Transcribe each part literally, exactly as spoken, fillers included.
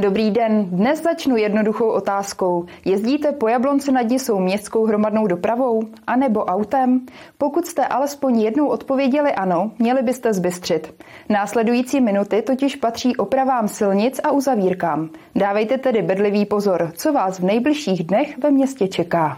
Dobrý den, dnes začnu jednoduchou otázkou. Jezdíte po Jablonci nad Nisou městskou hromadnou dopravou? A nebo autem? Pokud jste alespoň jednou odpověděli ano, měli byste zbystřit. Následující minuty totiž patří opravám silnic a uzavírkám. Dávejte tedy bedlivý pozor, co vás v nejbližších dnech ve městě čeká.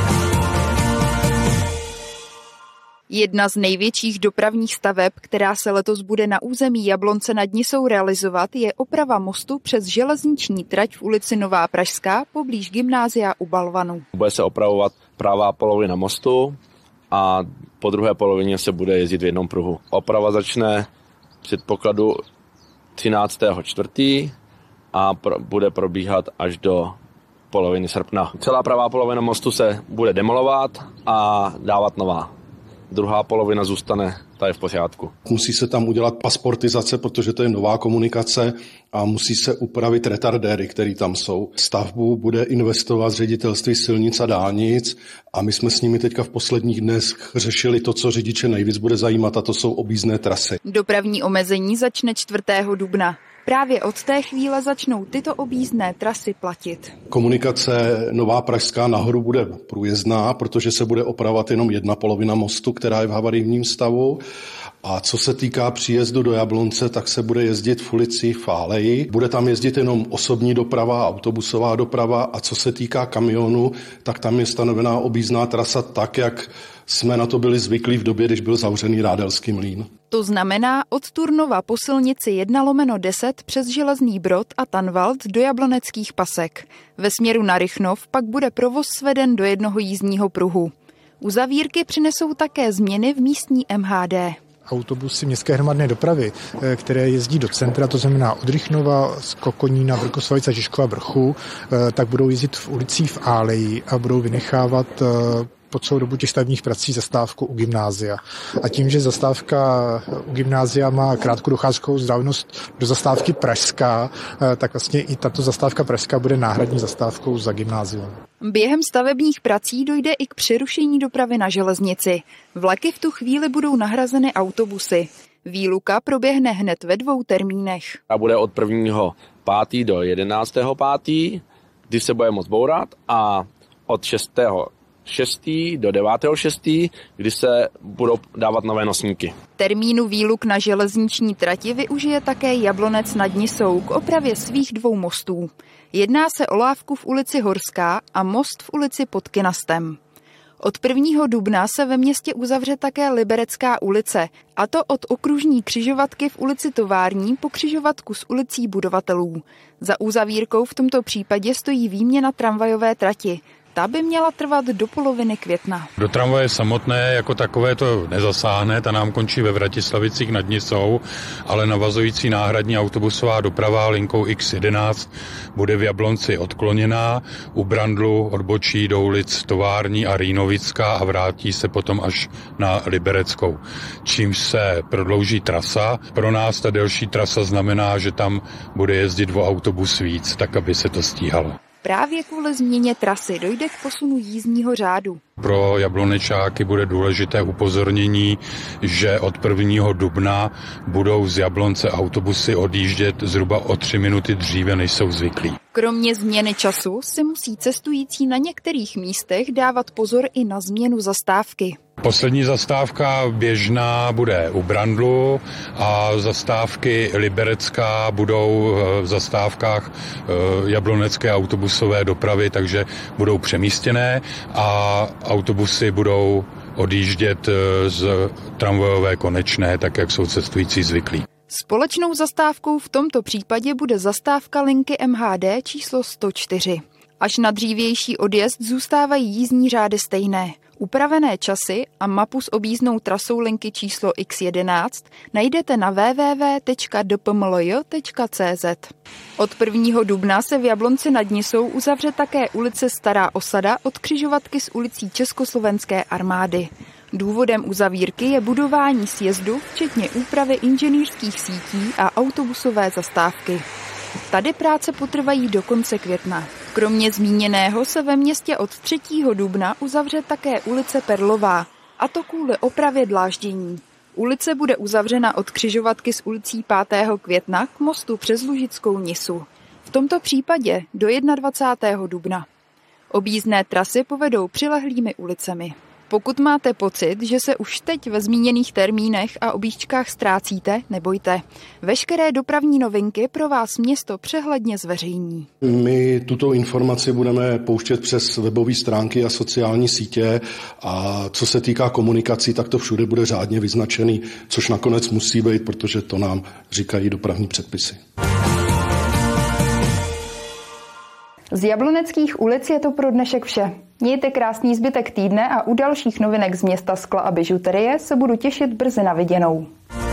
Jedna z největších dopravních staveb, která se letos bude na území Jablonce nad Nisou realizovat, je oprava mostu přes železniční trať v ulici Nová Pražská poblíž gymnázia u Balvanu. Bude se opravovat pravá polovina mostu a po druhé polovině se bude jezdit v jednom pruhu. Oprava začne předpokladu třináctého čtvrtého a pro, bude probíhat až do poloviny srpna. Celá pravá polovina mostu se bude demolovat a dávat nová. Druhá polovina zůstane, ta je v pořádku. Musí se tam udělat pasportizace, protože to je nová komunikace a musí se upravit retardéry, které tam jsou. Stavbu bude investovat Ředitelství silnic a dálnic a my jsme s nimi teďka v posledních dnech řešili to, co řidiče nejvíc bude zajímat, a to jsou objízdné trasy. Dopravní omezení začne čtvrtého dubna. Právě od té chvíle začnou tyto objízdné trasy platit. Komunikace Nová Pražská nahoru bude průjezdná, protože se bude opravovat jenom jedna polovina mostu, která je v havarijním stavu. A co se týká příjezdu do Jablonce, tak se bude jezdit v ulici v Áleji. Bude tam jezdit jenom osobní doprava, autobusová doprava, a co se týká kamionů, tak tam je stanovená objízdná trasa tak, jak jsme na to byli zvyklí v době, když byl zavřený Rádelský mlýn. To znamená od Turnova po silnici jedna lomeno deset přes Železný Brod a Tanvald do Jabloneckých Pasek. Ve směru na Rychnov pak bude provoz sveden do jednoho jízdního pruhu. Uzavírky přinesou také změny v místní M H D. Autobusy městské hromadné dopravy, které jezdí do centra, to znamená od Rychnova, z Kokonína, Vrkoslavic a Žižkova Vrchu, tak budou jezdit v ulicích v Áleji a budou vynechávat po celou dobu těch stavebních prací zastávku u gymnázia. A tím, že zastávka u gymnázia má krátkou docházkovou vzdálenost do zastávky Pražská, tak vlastně i tato zastávka Pražská bude náhradní zastávkou za gymnázium. Během stavebních prací dojde i k přerušení dopravy na železnici. Vlaky v tu chvíli budou nahrazeny autobusy. Výluka proběhne hned ve dvou termínech. A bude od prvního pátého do jedenáctého pátého, kdy se bude moct bourat, a od šestého šestého do devátého šestého, kdy se budou dávat nové nosníky. Termínu výluk na železniční trati využije také Jablonec nad Nisou k opravě svých dvou mostů. Jedná se o lávku v ulici Horská a most v ulici pod Kynastem. Od prvního dubna se ve městě uzavře také Liberecká ulice, a to od okružní křižovatky v ulici Tovární po křižovatku s ulicí Budovatelů. Za uzavírkou v tomto případě stojí výměna tramvajové trati. Ta by měla trvat do poloviny května. Do tramvaje samotné jako takové to nezasáhne, ta nám končí ve Vratislavicích nad Nisou, ale navazující náhradní autobusová doprava linkou X jedenáct bude v Jablonci odkloněná, u Brandlu odbočí do ulic Tovární a Rýnovická a vrátí se potom až na Libereckou. Čímž se prodlouží trasa. Pro nás ta delší trasa znamená, že tam bude jezdit o autobus víc, tak aby se to stíhalo. Právě kvůli změně trasy dojde k posunu jízdního řádu. Pro Jablonečáky bude důležité upozornění, že od prvního dubna budou z Jablonce autobusy odjíždět zhruba o tři minuty dříve, než jsou zvyklí. Kromě změny času si musí cestující na některých místech dávat pozor i na změnu zastávky. Poslední zastávka běžná bude u Brandlu a zastávky Liberecká budou v zastávkách jablonecké autobusové dopravy, takže budou přemístěné a autobusy budou odjíždět z tramvajové konečné, tak jak jsou cestující zvyklí. Společnou zastávkou v tomto případě bude zastávka linky M H D číslo sto čtyři. Až na dřívější odjezd zůstávají jízdní řády stejné. Upravené časy a mapu s objízdnou trasou linky číslo X jedenáct najdete na w w w tečka d p m l j tečka c z. Od prvního dubna se v Jablonci nad Nisou uzavře také ulice Stará Osada od křižovatky s ulicí Československé armády. Důvodem uzavírky je budování sjezdu, včetně úpravy inženýrských sítí a autobusové zastávky. Tady práce potrvají do konce května. Kromě zmíněného se ve městě od třetího dubna uzavře také ulice Perlová, a to kvůli opravě dláždění. Ulice bude uzavřena od křižovatky s ulicí pátého května k mostu přes Lužickou Nisu. V tomto případě do dvacátého prvního dubna. Objízdné trasy povedou přilehlými ulicemi. Pokud máte pocit, že se už teď ve zmíněných termínech a objížďkách ztrácíte, nebojte. Veškeré dopravní novinky pro vás město přehledně zveřejní. My tuto informaci budeme pouštět přes webové stránky a sociální sítě a co se týká komunikací, tak to všude bude řádně vyznačený, což nakonec musí být, protože to nám říkají dopravní předpisy. Z Jabloneckých ulic je to pro dnešek vše. Mějte krásný zbytek týdne a u dalších novinek z města skla a bižuterie se budu těšit brzy na viděnou.